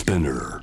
Spinner。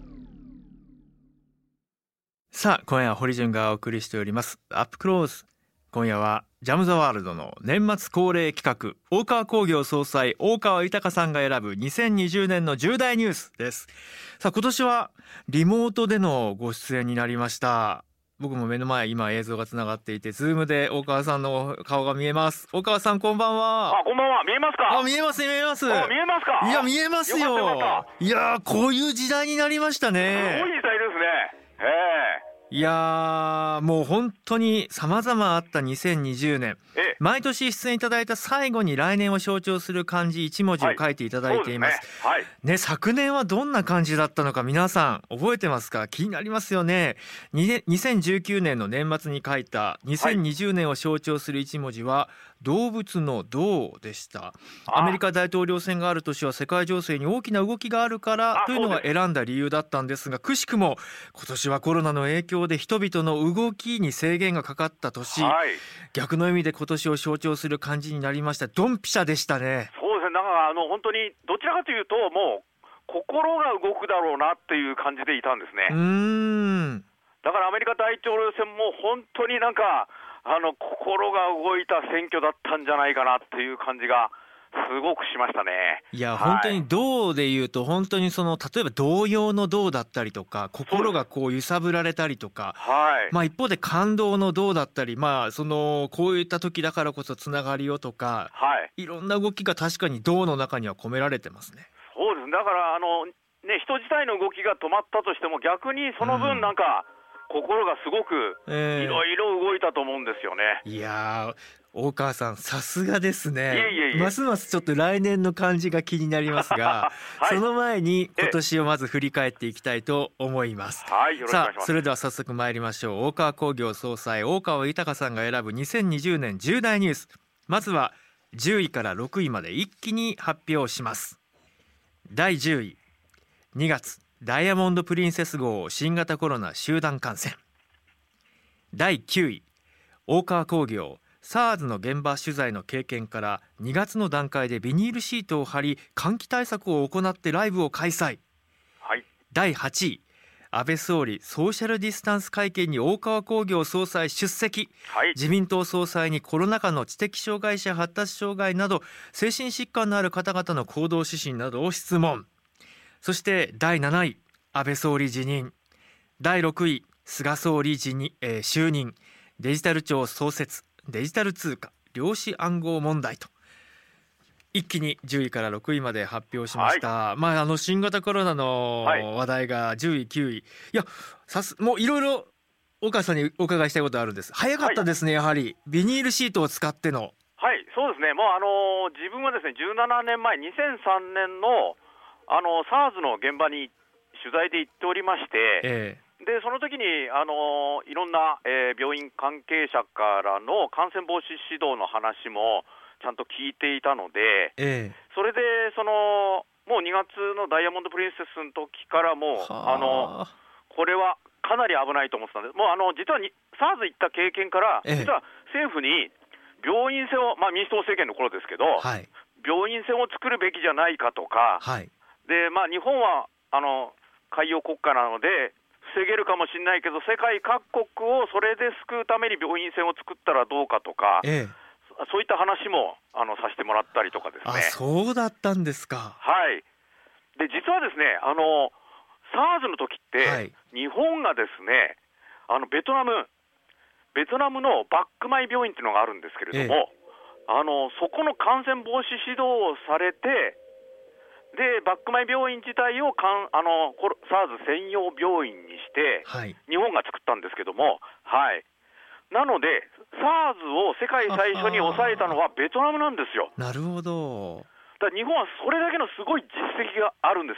さあ今夜は堀潤がお送りしておりますアップクローズ。今夜はジャム・ザ・ワールドの年末恒例企画、大川工業総裁大川豊さんが選ぶ2020年の重大ニュースです。さあ今年はリモートでのご出演になりました。僕も目の前今映像がつながっていて、ズームで大川さんの顔が見えます。大川さんこんばんは。 こんばんは。見えますか？ 見えます見えます。 見えますか？ いや見えますよ。 よかった。 いやこういう時代になりましたね。 すごい時代ですね。 いやもう本当に様々あった2020年、毎年出演いただいた最後に来年を象徴する漢字1文字を書いていただいています。昨年はどんな漢字だったのか皆さん覚えてますか？気になりますよね。2019年の年末に書いた2020年を象徴する1文字は動物の動でした。アメリカ大統領選がある年は世界情勢に大きな動きがあるからというのが選んだ理由だったんですが、くしくも今年はコロナの影響で人々の動きに制限がかかった年、逆の意味で今年を象徴する漢字になりました。ドンピシャでしたね。 そうですね。だから本当にどちらかというともう心が動くだろうなっていう感じでいたんですね。だからアメリカ大統領選も本当になんか心が動いた選挙だったんじゃないかなっていう感じがすごくしましたね。 いや、本当に動でいうと本当に例えば動揺の動だったりとか、心がこう揺さぶられたりとか、一方で感動の動だったり、こういった時だからこそつながりをとか、いろんな動きが確かに動の中には込められてますね。 そうです。だから人自体の動きが止まったとしても逆にその分なんか、心がすごくいろいろ動いたと思うんですよね。 いや大川さんさすがですね。ますますちょっと来年の漢字が気になりますが、その前に今年をまず振り返っていきたいと思います。さあそれでは早速参りましょう。大川工業総裁大川豊さんが選ぶ2020年重大ニュース、まずは10位から6位まで一気に発表します。第10位、2月ダイヤモンドプリンセス号新型コロナ集団感染。第9位、大川工業 SARS の現場取材の経験から2月の段階でビニールシートを貼り換気対策を行ってライブを開催。第8位、安倍総理ソーシャルディスタンス会見に大川工業総裁出席。自民党総裁にコロナ禍の知的障害者発達障害など精神疾患のある方々の行動指針などを質問。そして第7位、安倍総理辞任。第6位、菅総理就任。デジタル庁創設、デジタル通貨、量子暗号問題と一気に10位から6位まで発表しました。新型コロナの話題が10位9位、いやもういろいろ大川さんにお伺いしたいことあるんです。早かったですね、やはりビニールシートを使っての。 そうですね。もう自分はですね17年前2003年のSARS の現場に取材で行っておりまして、でその時にいろんな、病院関係者からの感染防止指導の話もちゃんと聞いていたので、それでもう2月のダイヤモンドプリンセスの時からもこれはかなり危ないと思ってたんです。もう実はSARS 行った経験から、実は政府に病院船を、民主党政権の頃ですけど、病院船を作るべきじゃないかとか、で日本は海洋国家なので防げるかもしれないけど世界各国をそれで救うために病院船を作ったらどうかとか、そういった話もさせてもらったりとかですね。 そうだったんですか。 で実はですねSARS の時って、日本がですねベトナムのバックマイ病院っていうのがあるんですけれども、そこの感染防止指導をされて、でバックマイ病院自体をSARS 専用病院にして、日本が作ったんですけども、なので SARS を世界最初に抑えたのはベトナムなんですよ。 なるほど。 だから日本はそれだけのすごい実績があるんです。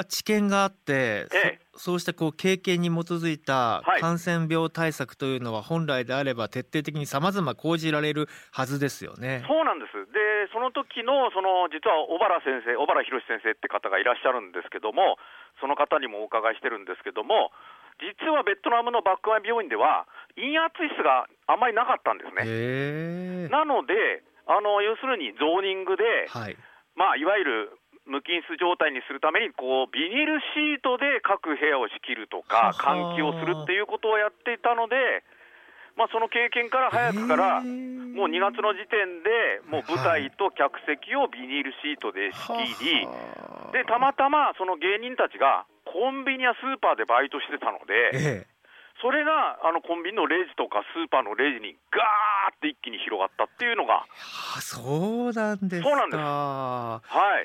知見があって、そうした経験に基づいた感染病対策というのは本来であれば徹底的に様々講じられるはずですよね。 そうなんです。でその時の実は小原博先生って方がいらっしゃるんですけども、その方にもお伺いしてるんですけども、実はベトナムのバックマイ病院では陰圧室があんまりなかったんですね。なので要するにゾーニングで、いわゆる無菌室状態にするためにこうビニールシートで各部屋を仕切るとか換気をするっていうことをやっていたので、その経験から早くからもう2月の時点でもう舞台と客席をビニールシートで仕切り、でたまたまその芸人たちがコンビニやスーパーでバイトしてたので、それがコンビニのレジとかスーパーのレジにガーって一気に広がったっていうのが。 そうなんですか。 そうなんです。はい。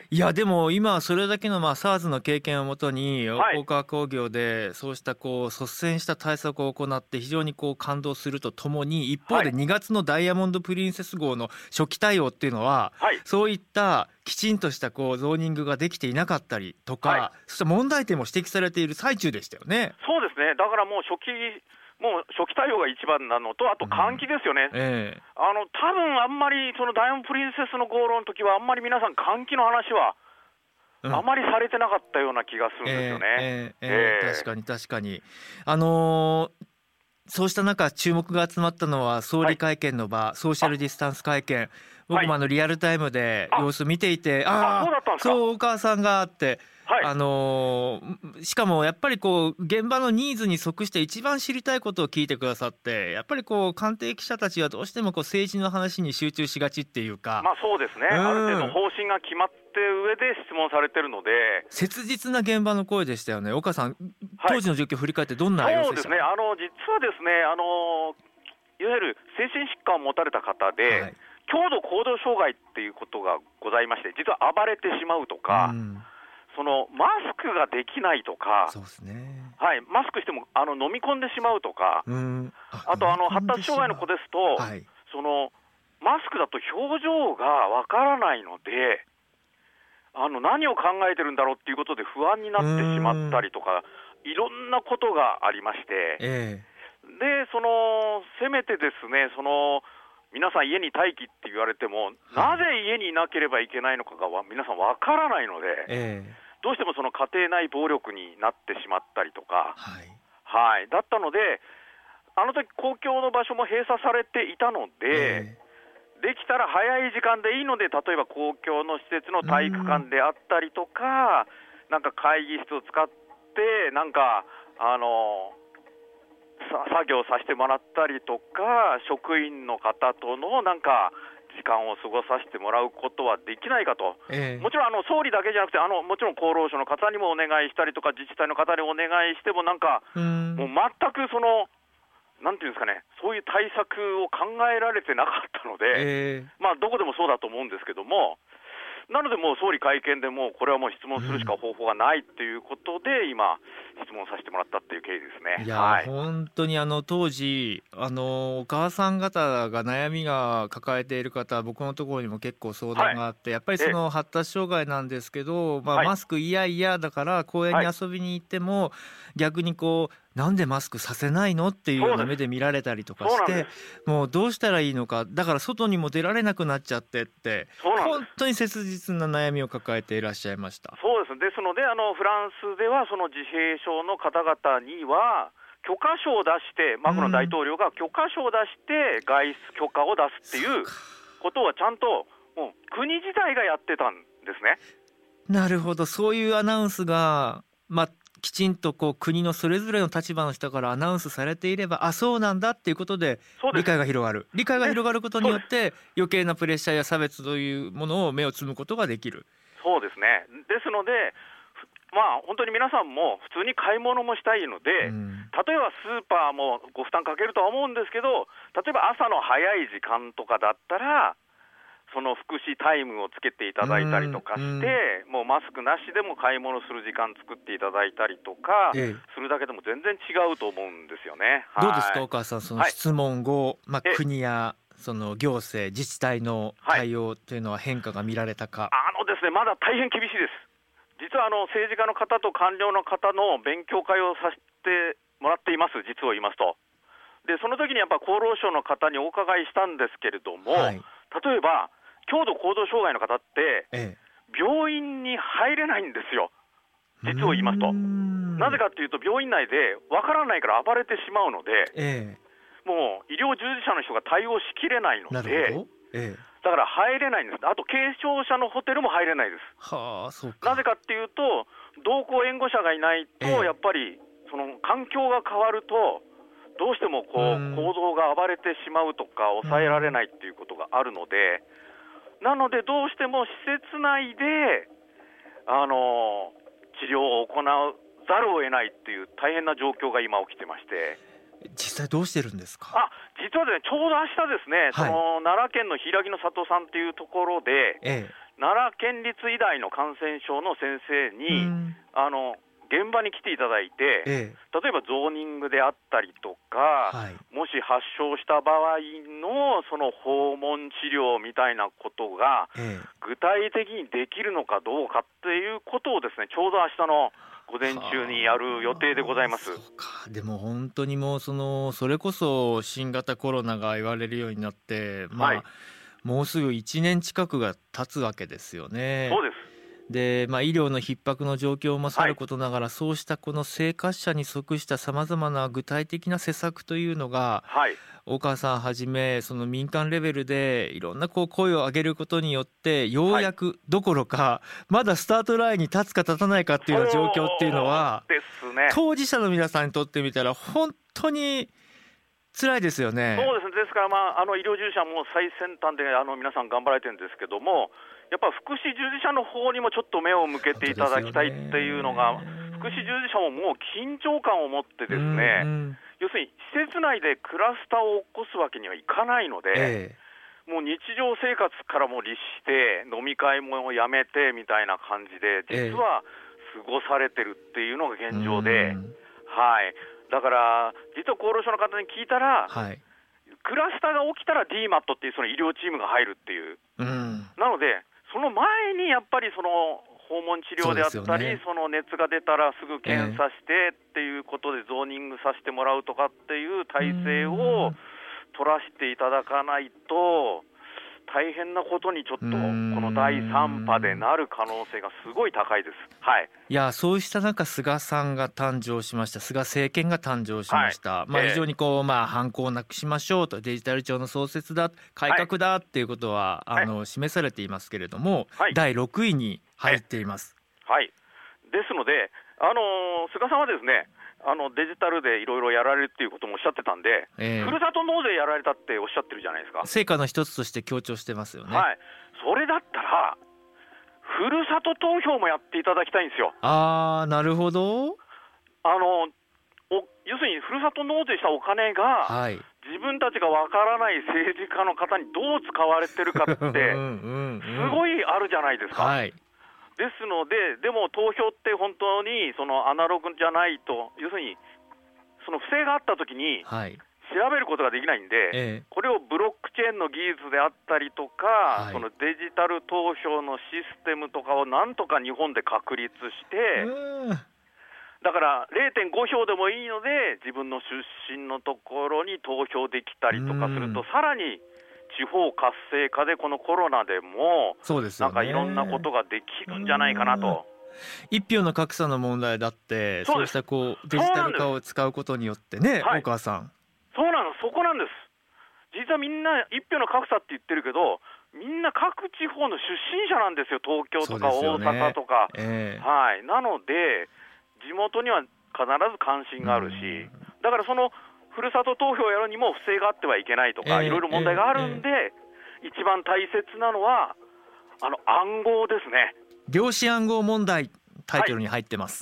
いやでも今それだけのSARS の経験をもとに大川工業でそうした率先した対策を行って非常に感動するとともに、一方で2月のダイヤモンドプリンセス号の初期対応っていうのは、そういったきちんとしたゾーニングができていなかったりとか、そして問題点も指摘されている最中でしたよね。 そうですね。だからもう初期対応が一番なのと、あと換気ですよね。多分あんまりそのダイヤモンドプリンセスの号の時はあんまり皆さん換気の話はあまりされてなかったような気がするんですよね。 確かにそうした中注目が集まったのは総理会見の場、ソーシャルディスタンス会見。僕もリアルタイムで様子見ていて、そうお母さんがあって、しかもやっぱり現場のニーズに即して一番知りたいことを聞いてくださって、やっぱり官邸記者たちはどうしても政治の話に集中しがちっていうか、 そうですね、ある程度方針が決まって上で質問されてるので、 切実な現場の声でしたよね。岡さん、当時の状況を振り返ってどんな様子でしたか？ そうですね、実はですね、いわゆる精神疾患を持たれた方で、強度行動障害っていうことがございまして、実は暴れてしまうとか、そのマスクができないとか、マスクしても飲み込んでしまうとか、あと発達障害の子ですと、そのマスクだと表情がわからないので、何を考えてるんだろうっていうことで不安になってしまったりとか、いろんなことがありまして、でせめてですね、皆さん家に待機って言われても、なぜ家にいなければいけないのかが皆さんわからないので、どうしてもその家庭内暴力になってしまったりとか、だったので、あの時公共の場所も閉鎖されていたので、できたら早い時間でいいので、例えば公共の施設の体育館であったりとか、なんか会議室を使って作業させてもらったりとか、職員の方との時間を過ごさせてもらうことはできないかと、もちろん総理だけじゃなくてもちろん厚労省の方にもお願いしたりとか、自治体の方にお願いしてももう全くなんていうんですかね、そういう対策を考えられてなかったので、どこでもそうだと思うんですけども、なのでもう総理会見でもうこれはもう質問するしか方法がないっていうことで、今質問させてもらったっていう経緯ですね。 いや、本当に当時お母さん方が悩みが抱えている方、僕のところにも結構相談があって、やっぱりその発達障害なんですけど、マスク嫌だから公園に遊びに行っても、逆になんでマスクさせないのっていうような目で見られたりとかして、もうどうしたらいいのか、だから外にも出られなくなっちゃってって、本当に切実な悩みを抱えていらっしゃいました。 そうです。ですのでフランスではその自閉症の方々には許可証を出して、マクロン大統領が許可証を出して外出許可を出すっていうことはちゃんともう国自体がやってたんですね。 なるほど、そういうアナウンスがきちんと国のそれぞれの立場の人からアナウンスされていれば、そうなんだっていうことで理解が広がることによって余計なプレッシャーや差別というものを目をつむことができる。 そうですね。ですので本当に皆さんも普通に買い物もしたいので、例えばスーパーもご負担かけるとは思うんですけど、例えば朝の早い時間とかだったらその福祉タイムをつけていただいたりとかして、もうマスクなしでも買い物する時間作っていただいたりとかするだけでも全然違うと思うんですよね。 どうですか、お母さん、その質問後、国やその行政自治体の対応というのは変化が見られたか？ ですね、まだ大変厳しいです。実は政治家の方と官僚の方の勉強会をさせてもらっています、実を言いますと。でその時にやっぱ厚労省の方にお伺いしたんですけれども、例えば強度行動障害の方って病院に入れないんですよ、実を言いますと。なぜかというと、病院内でわからないから暴れてしまうので、もう医療従事者の人が対応しきれないので、 だから入れないんです。あと軽症者のホテルも入れないです。 そうか。 なぜかっていうと、同行援護者がいないと、やっぱりその環境が変わるとどうしても構造が暴れてしまうとか抑えられないっていうことがあるので、なのでどうしても施設内で治療を行うざるを得ないっていう大変な状況が今起きてまして。 実際どうしてるんですか？ 実はですね、ちょうど明日ですね、その奈良県の平木の里さんっていうところで、奈良県立医大の感染症の先生に現場に来ていただいて、例えばゾーニングであったりとか、もし発症した場合のその訪問治療みたいなことが具体的にできるのかどうかっていうことをですね、ちょうど明日の午前中にやる予定でございます。 そうか。でも本当にもうそれこそ新型コロナが言われるようになって、もうすぐ1年近くが経つわけですよね。 そうです。 で、医療の逼迫の状況もさることながら、そうしたこの生活者に即したさまざまな具体的な施策というのが、大川さんはじめその民間レベルでいろんな声を上げることによってようやくどころか、まだスタートラインに立つか立たないかっていうような状況っていうのは、当事者の皆さんにとってみたら本当に辛いですよね。 そうですね。ですから、医療従事者も最先端で皆さん頑張られてるんですけども、やっぱ福祉従事者の方にもちょっと目を向けていただきたいっていうのが、福祉従事者ももう緊張感を持ってですね、要するに施設内でクラスターを起こすわけにはいかないので、もう日常生活からも律して飲み会もやめてみたいな感じで実は過ごされてるっていうのが現状で、だから実は厚労省の方に聞いたら、クラスターが起きたら DMAT っていうその医療チームが入るっていう、なのでその前にやっぱりその訪問治療であったり、その熱が出たらすぐ検査してっていうことでゾーニングさせてもらうとかっていう体制を取らせていただかないと大変なことにちょっとこの第3波でなる可能性がすごい高いです。 いや、そうした中菅さんが誕生しました。菅政権が誕生しました。非常に反抗をなくしましょうと、デジタル庁の創設だ、改革だっていうことは、示されていますけれども、第6位に入っています。 ですので菅さんはですね、デジタルでいろいろやられるっていうこともおっしゃってたんで、ふるさと納税やられたっておっしゃってるじゃないですか。 成果の一つとして強調してますよね。 それだったらふるさと投票もやっていただきたいんですよ。 なるほど。 要するにふるさと納税したお金が、自分たちがわからない政治家の方にどう使われてるかってすごいあるじゃないですか。ですので、でも投票って本当にそのアナログじゃないと、要するにその不正があったときに調べることができないんで、これをブロックチェーンの技術であったりとか、そのデジタル投票のシステムとかをなんとか日本で確立して、だから0.5 票でもいいので自分の出身のところに投票できたりとかすると、さらに地方活性化でこのコロナでもなんかいろんなことができるんじゃないかなと。 一票の格差の問題だって、そうしたデジタル化を使うことによってね、大川さん。 そうなの、そこなんです。実はみんな一票の格差って言ってるけど、みんな各地方の出身者なんですよ。東京とか大阪とか。なので地元には必ず関心があるし、だからそのふるさと投票をやるにも不正があってはいけないとか、いろいろ問題があるんで、一番大切なのは暗号ですね。 量子暗号問題、タイトルに入ってます。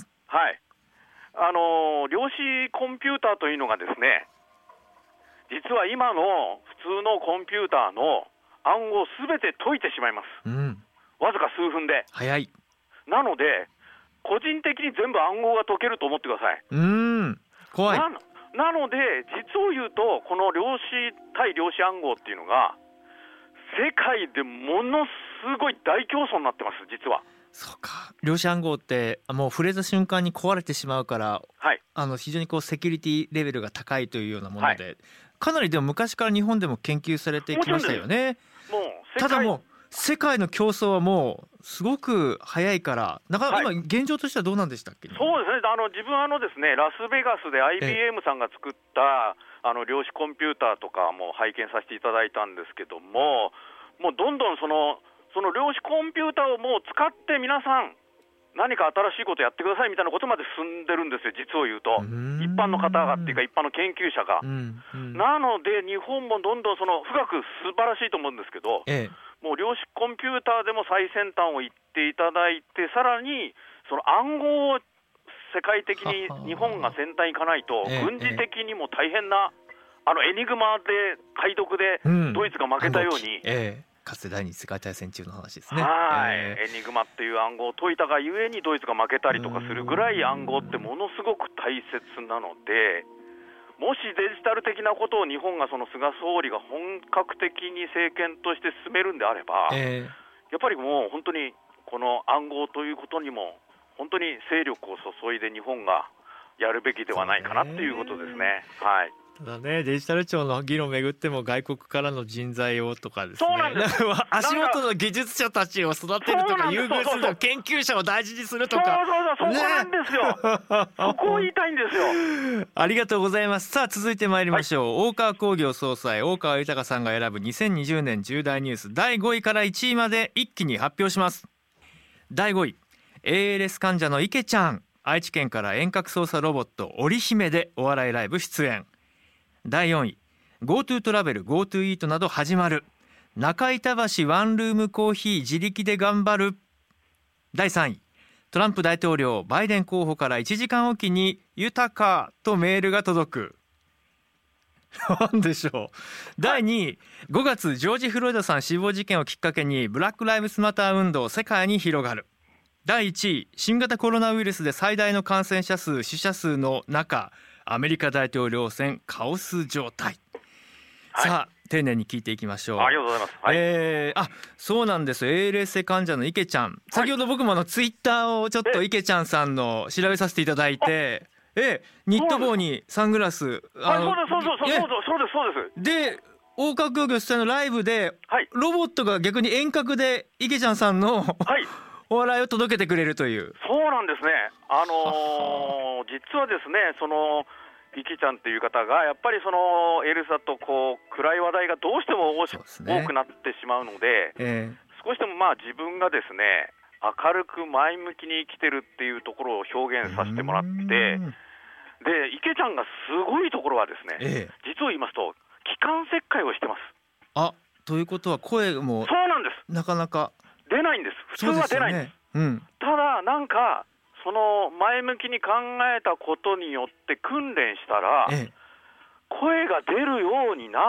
量子コンピューターというのがですね、実は今の普通のコンピューターの暗号をすべて解いてしまいます。わずか数分で。 早い。 なので個人的に全部暗号が解けると思ってください。 怖い。 なので実を言うと、この対量子暗号っていうのが世界でものすごい大競争になってます。実はそうか。量子暗号ってもう触れた瞬間に壊れてしまうから、非常にセキュリティレベルが高いというようなもので、かなりでも昔から日本でも研究されてきましたよね。ただもう世界の競争はもうすごく早いから、なかなか今現状としてはどうなんでしたっけ？ そうですね。自分ですね、ラスベガスで IBM さんが作った量子コンピューターとかも拝見させていただいたんですけども、 もうどんどんその量子コンピューターをもう使って皆さん何か新しいことやってくださいみたいなことまで進んでるんですよ、実を言うと。一般の方がっていうか、一般の研究者が。なので、日本もどんどんその富岳素晴らしいと思うんですけど、もう量子コンピューターでも最先端を言っていただいて、さらにその暗号を世界的に日本が先端行かないと、軍事的にも大変な、エニグマで解読でドイツが負けたように。 かつて第二次世界大戦中の話ですね。 エニグマっていう暗号を解いたがゆえにドイツが負けたりとかするぐらい暗号ってものすごく大切なので、もしデジタル的なことを日本がその菅総理が本格的に政権として進めるんであれば、やっぱりもう本当にこの暗号ということにも本当に勢力を注いで日本がやるべきではないかなっていうことですね。はい。 ただね、デジタル庁の議論をめぐっても外国からの人材をとかですね、 そうなんです足元の技術者たちを育てるとか優遇するとか研究者を大事にするとか、 そこなんですよ、そこを言いたいんですよ。 ありがとうございます。さあ続いてまいりましょう、大川工業総裁大川豊さんが選ぶ2020年重大ニュース第5位から1位まで一気に発表します。第5位、ALS 患者の池ちゃん、愛知県から遠隔操作ロボット織姫でお笑いライブ出演。第4位、 GoTo トラベル GoTo イートなど始まる、中板橋ワンルームコーヒー自力で頑張る。第3位、トランプ大統領バイデン候補から1時間おきに豊かとメールが届く。なんでしょう。第2位、5月ジョージ・フロイドさん死亡事件をきっかけにブラックライブスマター運動世界に広がる。第1位、新型コロナウイルスで最大の感染者数死者数の中、アメリカ大統領選カオス状態。さあ丁寧に聞いていきましょう。 ありがとうございます。 そうなんです。 ALS 患者の池ちゃん、先ほど僕もツイッターをちょっと池ちゃんさんの調べさせていただいて、ニット帽にサングラス、 そうですで大川工業主催のライブで、ロボットが逆に遠隔で池ちゃんさんの、お笑いを届けてくれるという。 そうなんですね。実はですね、その池ちゃんっていう方がやっぱりそのエルサとこう暗い話題がどうしても多くなってしまうので、少しでも自分がですね明るく前向きに生きてるっていうところを表現させてもらって、で池ちゃんがすごいところはですね、実を言いますと気管切開をしてます。 ということは声もそうなんです、 なかなか出ないんです。普通は出ないんです。ただなんかその前向きに考えたことによって訓練したら、声が出るようになって、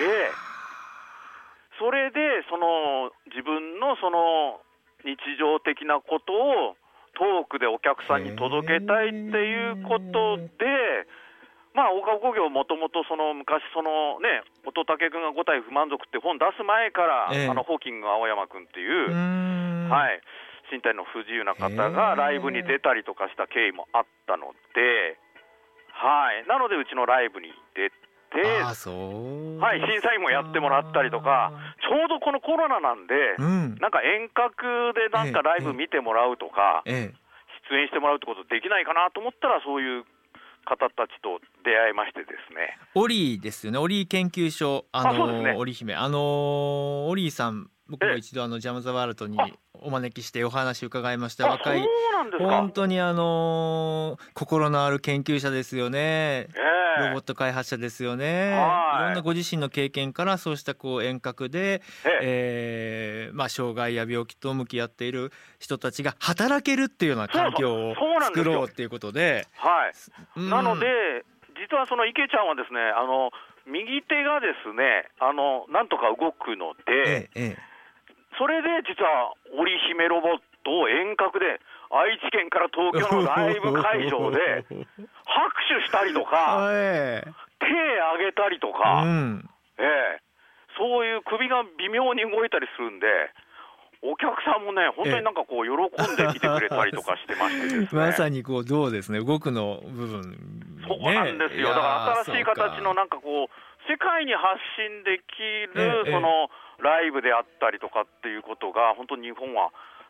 それでその自分のその日常的なことをトークでお客さんに届けたいっていうことで、大川工業もともとその昔そのね乙武君が5体不満足って本出す前から、ホーキング青山君っていう身体の不自由な方がライブに出たりとかした経緯もあったので、なのでうちのライブに出て、審査員もやってもらったりとか、ちょうどこのコロナなんで、なんか遠隔でなんかライブ見てもらうとか、出演してもらうってことできないかなと思ったら、そういう方たちと出会いましてですね。 オリーですよね。オリー研究所、オリ姫、オリーさん、僕も一度ジャム・ザ・ワールドにお招きしてお話を伺いました。若い、本当に心のある研究者ですよね。ロボット開発者ですよね。いろんなご自身の経験からそうした遠隔で、障害や病気と向き合っている人たちが働けるっていうような環境を作ろうっていうことで、 なので実はその池ちゃんはですね、右手がですねなんとか動くので、それで実は織姫ロボットを遠隔で愛知県から東京のライブ会場で拍手したりとか、手上げたりとか、そういう首が微妙に動いたりするんで、お客さんもね本当になんかこう喜んで見てくれたりとかしてましてですねまさにどうですね、動くの部分、 そうなんですよ。だから新しい形のなんかこう世界に発信できるそのライブであったりとかっていうことが本当に日本は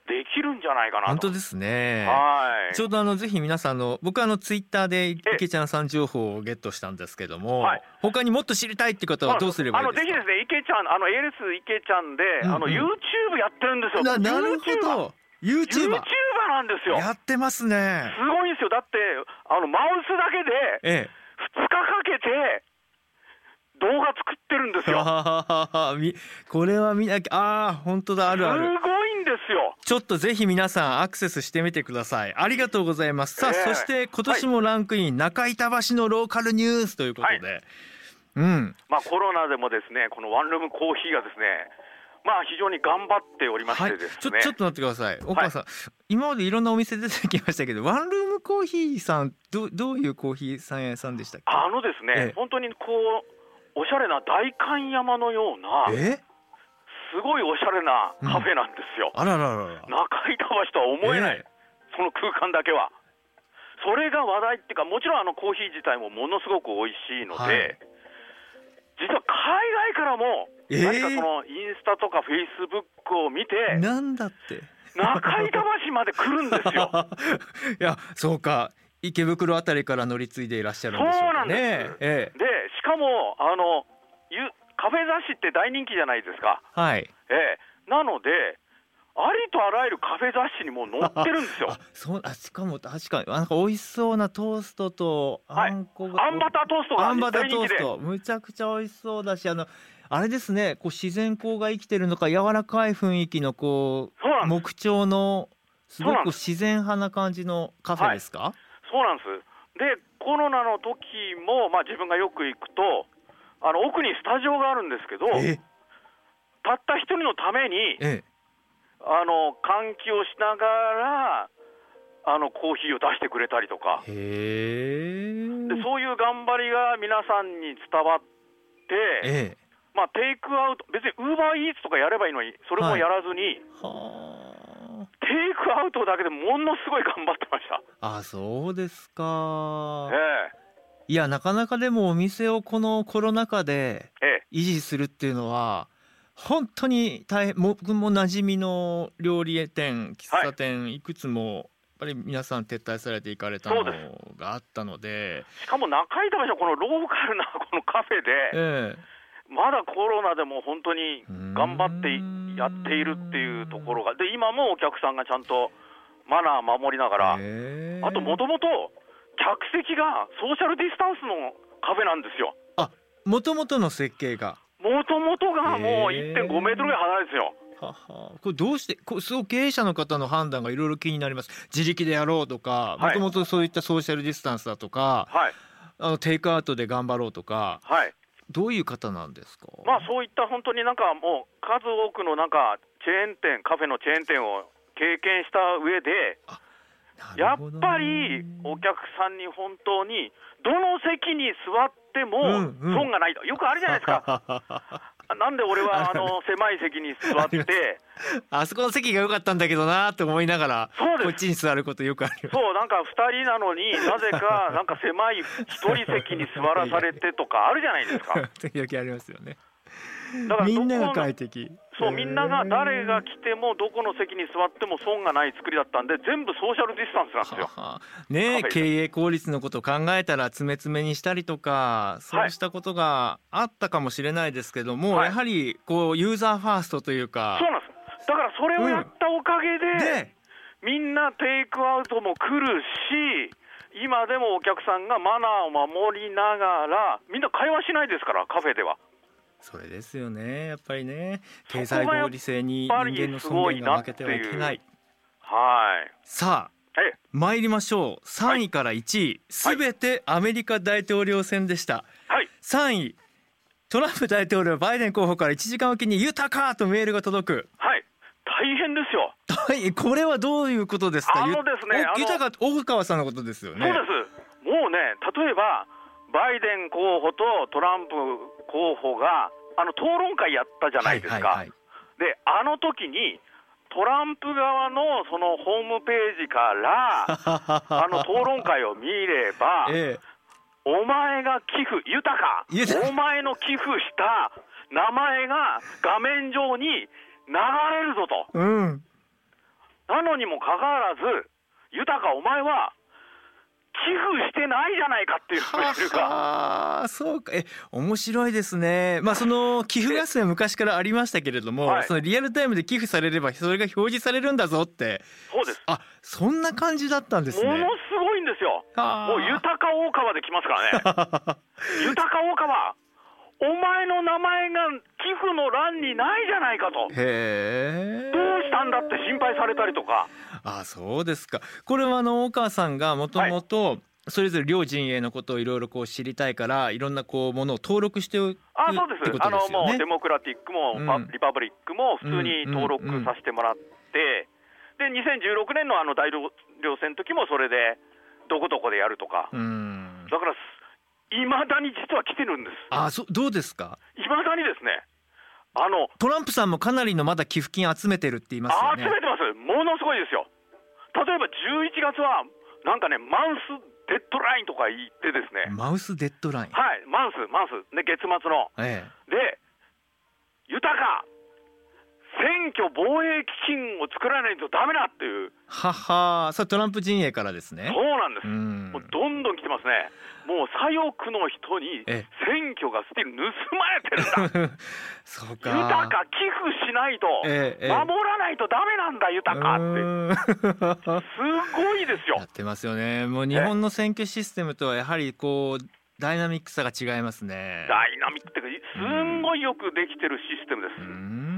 できるんじゃないかなと。 本当ですね。 はい。 ちょうどぜひ皆さん僕ツイッターで池ちゃんさん情報をゲットしたんですけども、はい、他にもっと知りたいって方はどうすればいいですか？ ぜひですね、池ちゃんALS 池ちゃんで、YouTube やってるんですよ。 なるほど。YouTuber なんですよ。 やってますね。 すごいんですよ。だってマウスだけで2日かけて動画作ってるんですよ。 これは見なきゃ。本当だ、あるある。 すごいんですよ。 ちょっとぜひ皆さんアクセスしてみてください。ありがとうございます。さあ、そして今年もランクイン、中板橋のローカルニュースということで、 コロナでもですね、このワンルームコーヒーがですね、非常に頑張っておりましてですね、 ちょっと待ってください。岡さん、今までいろんなお店出てきましたけど、ワンルームコーヒーさん、どういうコーヒー屋さんでしたっけ？ ですね、本当におしゃれな代官山のような、すごいおしゃれなカフェなんですよ。 あらららら。 中板橋とは思えない、その空間だけは。それが話題っていうか、もちろんコーヒー自体もものすごく美味しいので、実は海外からも何かこのインスタとかフェイスブックを見て、 なんだって中板橋まで来るんですよ。 いや、そうか、池袋あたりから乗り継いでいらっしゃるんでしょうかね。 そうなんです。でしかもカフェ雑誌って大人気じゃないですか。 はい。 なのでありとあらゆるカフェ雑誌にも載ってるんですよ。 しかも確かになんか美味しそうなトーストとあんこが、 あんバタートーストが大人気で、 むちゃくちゃ美味しそうだし、あれですね、自然光が生きてるのか、柔らかい雰囲気の木調のすごく自然派な感じのカフェですか？ そうなんです。でコロナの時も、自分がよく行くと奥にスタジオがあるんですけど、たった一人のために、換気をしながらコーヒーを出してくれたりとか、でそういう頑張りが皆さんに伝わって、テイクアウト、別にウーバーイーツとかやればいいのに、それもやらずに、テイクアウトだけでものすごい頑張ってました。 そうですか。いや、なかなかでもお店をこのコロナ禍で維持するっていうのは本当に大変。僕も馴染みの料理店、喫茶店、いくつもやっぱり皆さん撤退されていかれたのがあったので、 しかも中板橋はこのローカルなこのカフェで、まだコロナでも本当に頑張ってやっているっていうところが、で今もお客さんがちゃんとマナー守りながら、あともともと客席がソーシャルディスタンスのカフェなんですよ。 もともとの設計がもともとがもう 1.5 メートルぐらい離れですよ。 これどうしてすごい経営者の方の判断がいろいろ気になります。自力でやろうとか、もともとそういったソーシャルディスタンスだとか、テイクアウトで頑張ろうとか、どういう方なんですか？ そういった本当になんかもう数多くのなんかチェーン店、カフェのチェーン店を経験した上で、やっぱりお客さんに本当にどの席に座っても損がないと、よくあるじゃないですか。なんで俺は狭い席に座ってあそこの席が良かったんだけどなと思いながらこっちに座ることよくあります。 なんか2人なのになぜかなんか狭い1人席に座らされてとかあるじゃないですか。 時々ありますよね。だからみんなが快適。 みんなが誰が来てもどこの席に座っても損がない作りだったんで、全部ソーシャルディスタンスなんですよ。 経営効率のことを考えたら詰め詰めにしたりとか、そうしたことがあったかもしれないですけども、やはりユーザーファーストというか。 そうなんです。だからそれをやったおかげで、みんなテイクアウトも来るし、今でもお客さんがマナーを守りながら、みんな会話しないですから、カフェでは。 それですよね。やっぱりね、経済合理性に人間の尊厳が負けてはいけない。さあ、参りましょう。3位から1位、すべてアメリカ大統領選でした。3位、トランプ大統領、バイデン候補から1時間おきに豊かとメールが届く。 大変ですよ。 これはどういうことですか？ ですね、 豊か、大川さんのことですよね。 そうです。もうね、例えばバイデン候補とトランプ候補が討論会やったじゃないですか。で時にトランプ側のそのホームページから討論会を見れば、お前が寄付豊か、お前の寄付した名前が画面上に流れるぞと、 なのにもかかわらず、豊お前は寄付してないじゃないかっていうメールが。 そうか、面白いですね。その寄付合戦は昔からありましたけれども、そのリアルタイムで寄付されればそれが表示されるんだぞって。 そうです。 そんな感じだったんですね。 ものすごいんですよ。もう豊大川で来ますからね。豊大川、お前の名前が寄付の欄にないじゃないかと。どうしたんだって心配されたりとか。 そうですか。これは大川さんがもともとそれぞれ両陣営のことをいろいろ知りたいから、いろんなものを登録しておくってことですよね。 もうデモクラティックもリパブリックも普通に登録させてもらって、で2016年の大統領選の時もそれでどこどこでやるとか。だからいまだに実は来てるんです。 どうですか。 いまだにですね、 トランプさんもかなりのまだ寄付金集めてるって言いますよね。 集めてます。ものすごいですよ。例えば11月はなんかね、マウスデッドラインとか言ってですね。 マウスデッドライン。 はい、マウスで月末の、で豊か選挙防衛基金を作らないとダメだっていう。 それトランプ陣営からですね。 そうなんです。もうどんどん来てますね。もう左翼の人に選挙がスティール盗まれてるんだ。 そうか。 豊か寄付しないと、守らないとダメなんだ豊かって。すごいですよ。 やってますよね。もう日本の選挙システムとはやはりダイナミックさが違いますね。 ダイナミックっていうか、すんごいよくできてるシステムです。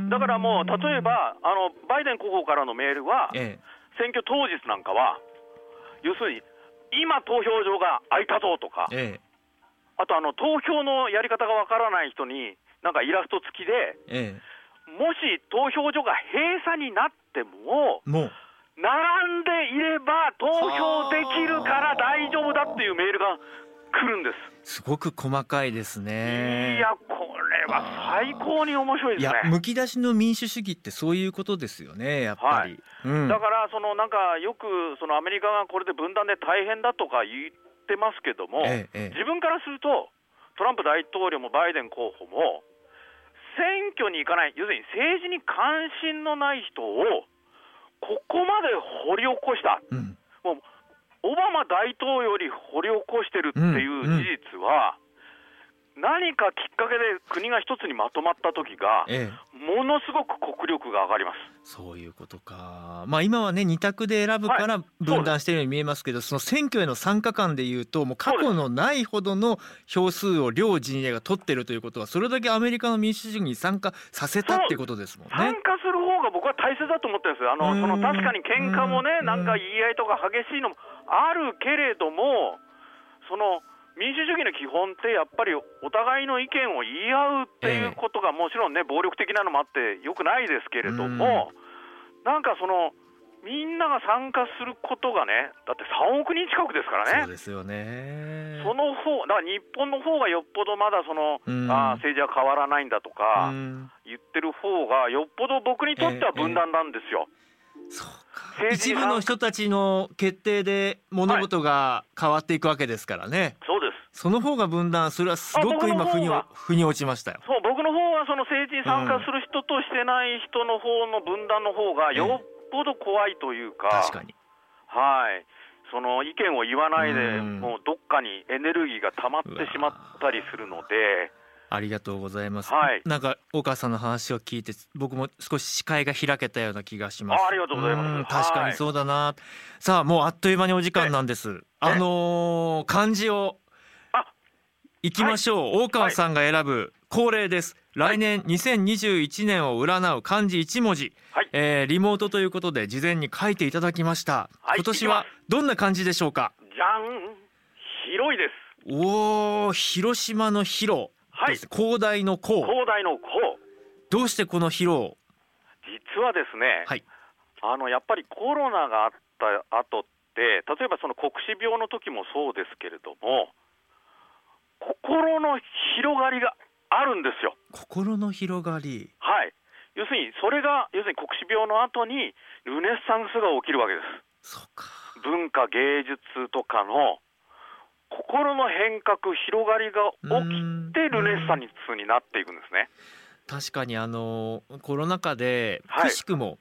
だからもう例えばバイデン候補からのメールは、選挙当日なんかは要するに今投票所が空いたぞとか、あと投票のやり方がわからない人になんかイラスト付きで、もし投票所が閉鎖になっても並んでいれば投票できるから大丈夫だっていうメールが来るんです。 すごく細かいですね。 いや、これは最高に面白いですね。 むき出しの民主主義ってそういうことですよね、やっぱり。 だからなんかよくアメリカがこれで分断で大変だとか言ってますけども、自分からするとトランプ大統領もバイデン候補も選挙に行かない、要するに政治に関心のない人をここまで掘り起こした。もうオバマ大統領より掘り起こしてるっていう事実は、何かきっかけで国が一つにまとまった時が、ものすごく国力が上がります。 そういうことか。今はね2択で選ぶから分断しているように見えますけど、その選挙への参加感でいうともう過去のないほどの票数を両陣営が取ってるということは、それだけアメリカの民主主義に参加させたってことですもんね。 参加する方が僕は大切だと思ってるんですよ。確かに喧嘩もね、なんか言い合いとか激しいのもあるけれども、民主主義の基本ってやっぱりお互いの意見を言い合うっていうことが、もちろんね暴力的なのもあってよくないですけれども、なんかみんなが参加することがね、だって3億人近くですからね。 そうですよね。 その方だから日本の方がよっぽどまだ政治は変わらないんだとか言ってる方がよっぽど僕にとっては分断なんですよ。 そうか。一部の人たちの決定で物事が変わっていくわけですからね。 そうです。 その方が分断、それはすごく今腑に落ちましたよ。 そう、僕の方は政治に参加する人としてない人の方の分断の方がよっぽど怖いというか、 確かに、 意見を言わないでもうどっかにエネルギーが溜まってしまったりするので。 ありがとうございます。なんか大川さんの話を聞いて僕も少し視界が開けたような気がします。 ありがとうございます。 確かにそうだな。さあもうあっという間にお時間なんです。漢字をいきましょう。大川さんが選ぶ恒例です。来年2021年を占う漢字1文字、リモートということで事前に書いていただきました。今年はどんな漢字でしょうか。 じゃん、広いです。 おー、広島の広、広大の広。 広大の広。 どうしてこの広を。 実はですね、やっぱりコロナがあった後って、例えば黒死病の時もそうですけれども、心の広がりがあるんですよ。 心の広がり。 要するにそれが黒死病の後にルネッサンスが起きるわけです。 そうか。 文化芸術とかの心の変革、広がりが起きてルネッサンスになっていくんですね。 確かにコロナ禍でくしくも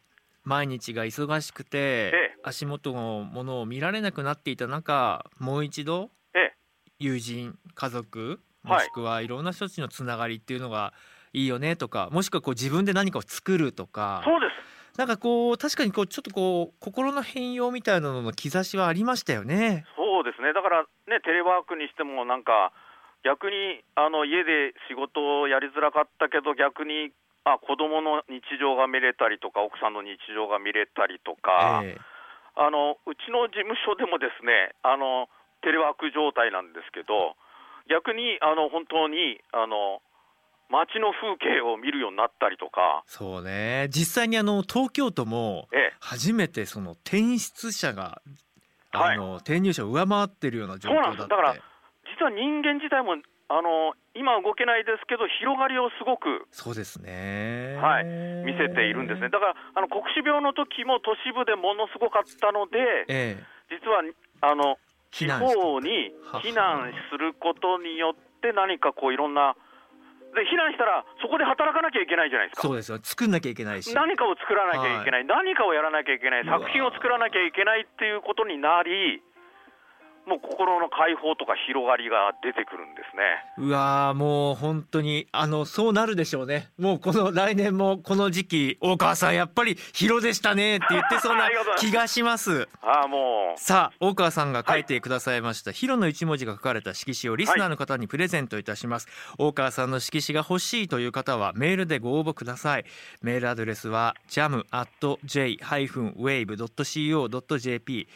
毎日が忙しくて、足元のものを見られなくなっていた中、もう一度、友人家族もしくはいろんな人たちのつながりっていうのがいいよねとか、もしくはこう自分で何かを作るとか、 そうです。 なんかこう確かにこうちょっとこう心の変容みたいなのの兆しはありましたよね。 そうですね。だからね、テレワークにしてもなんか逆に家で仕事をやりづらかったけど、逆に子供の日常が見れたりとか、奥さんの日常が見れたりとか、うちの事務所でもですね、テレワーク状態なんですけど、逆に本当に街の風景を見るようになったりとか。 そうね、実際に東京都も初めてその転出者が、転入者を上回ってるような状況だって。 そうなんです。だから実は人間自体も今動けないですけど、広がりをすごく、 そうですね、 見せているんですね。だから黒死病の時も都市部でものすごかったので、実は地方に避難することによって何かこういろんなで、避難したらそこで働かなきゃいけないじゃないですか。 そうですよ、作んなきゃいけないし、 何かを作らなきゃいけない、何かをやらなきゃいけない、作品を作らなきゃいけないっていうことになり、もう心の解放とか広がりが出てくるんですね。 うわー、もう本当にそうなるでしょうね。もうこの来年もこの時期、大川さんやっぱり広でしたねって言ってそうな気がします。 もうさあ、大川さんが書いてくださいました、広の一文字が書かれた色紙をリスナーの方にプレゼントいたします。大川さんの色紙が欲しいという方はメールでご応募ください。メールアドレスは jam@j-wave.co.jp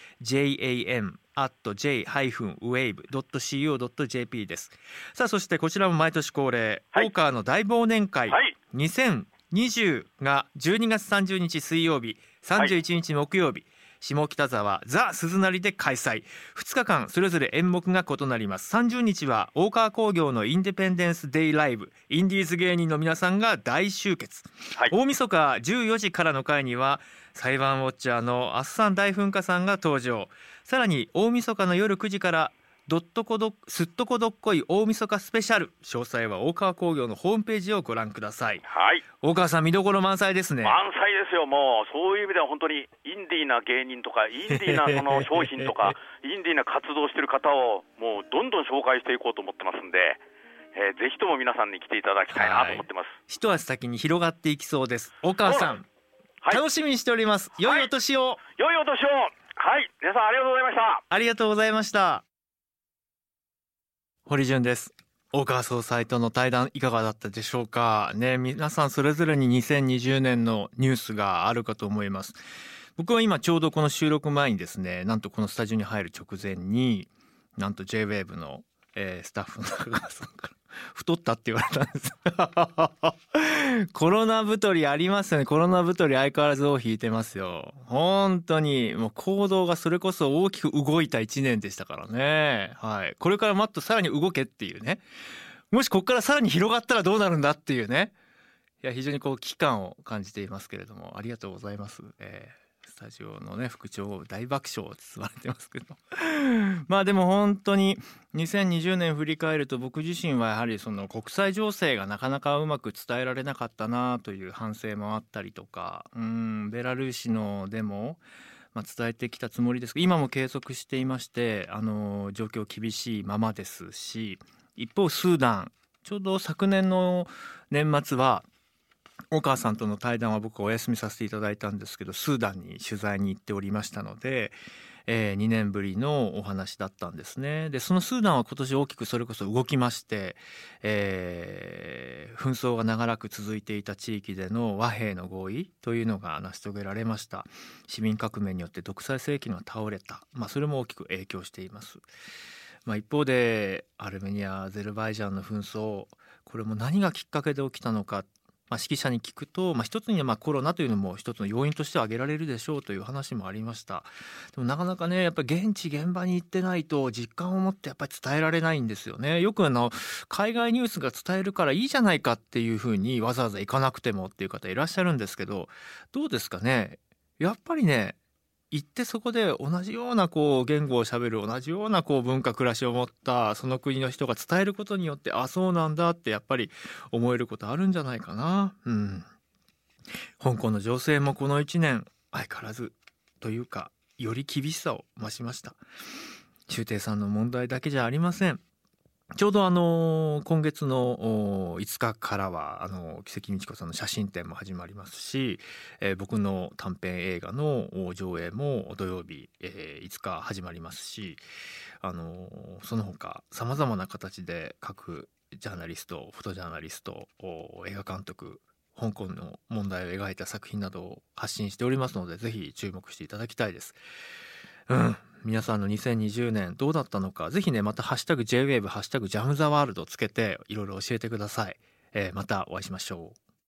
jam@j-wave.co.jp です。さあ、そしてこちらも毎年恒例、大川の大忘年会、2020が12月30日水曜日、31日木曜日、下北沢ザ・鈴なりで開催。2日間それぞれ演目が異なります。30日は大川工業のインディペンデンスデイライブ、インディーズ芸人の皆さんが大集結、大晦日14時からの会には裁判ウォッチャーのあっさん大噴火さんが登場。さらに大晦日の夜9時からすっとこどっこい大晦日スペシャル。詳細は大川工業のホームページをご覧ください。大川さん、見どころ満載ですね。 満載ですよ。もうそういう意味では本当にインディーな芸人とか、インディーなその商品とかインディーな活動している方をもうどんどん紹介していこうと思ってますんで、ぜひとも皆さんに来ていただきたいなと思ってます。 一足先に広がっていきそうです。大川さん、楽しみにしております。良いお年を。 良いお年を。皆さんありがとうございました。 ありがとうございました。堀潤です。大川総裁との対談いかがだったでしょうかね。皆さんそれぞれに2020年のニュースがあるかと思います。僕は今ちょうどこの収録前にですね、なんとこのスタジオに入る直前に、なんと J-Wave の、スタッフの中川さんから太ったって言われたんですコロナ太りありますよね。コロナ太り相変わらず尾を引いてますよ。本当にもう行動がそれこそ大きく動いた1年でしたからね。これからもっとさらに動けっていうね、もしここからさらに広がったらどうなるんだっていうね、いや非常にこう危機感を感じていますけれども、ありがとうございます。スタジオのね副長大爆笑を包まれてますけどまあでも本当に2020年振り返ると、僕自身はやはりその国際情勢がなかなかうまく伝えられなかったなという反省もあったりとか、ベラルーシのデモ、伝えてきたつもりですが、今も継続していまして、状況厳しいままですし、一方スーダン、ちょうど昨年の年末は大川さんとの対談は僕はお休みさせていただいたんですけど、スーダンに取材に行っておりましたので、2年ぶりのお話だったんですね。でそのスーダンは今年大きくそれこそ動きまして、紛争が長らく続いていた地域での和平の合意というのが成し遂げられました。市民革命によって独裁政権が倒れた、それも大きく影響しています。一方でアルメニア、アゼルバイジャンの紛争、これも何がきっかけで起きたのか、識者に聞くと、一つにはコロナというのも一つの要因として挙げられるでしょうという話もありました。でもなかなかね、やっぱり現地現場に行ってないと実感を持ってやっぱり伝えられないんですよね。よく海外ニュースが伝えるからいいじゃないかっていうふうにわざわざ行かなくてもっていう方いらっしゃるんですけど、どうですかね。やっぱりね、行ってそこで同じような言語をしゃべる、同じような文化暮らしを持ったその国の人が伝えることによって、そうなんだってやっぱり思えることあるんじゃないかな。香港の情勢もこの1年相変わらずというかより厳しさを増しました。周庭さんの問題だけじゃありません。ちょうど今月の5日からは木関美智子さんの写真展も始まりますし、僕の短編映画の上映も土曜日、5日始まりますし、その他さまざまな形で各ジャーナリスト、フォトジャーナリスト、映画監督、香港の問題を描いた作品などを発信しておりますので、ぜひ注目していただきたいです。皆さんの2020年どうだったのか、ぜひね、またハッシュタグ JWAVE、ハッシュタグジャムザワールドつけていろいろ教えてください。またお会いしましょう。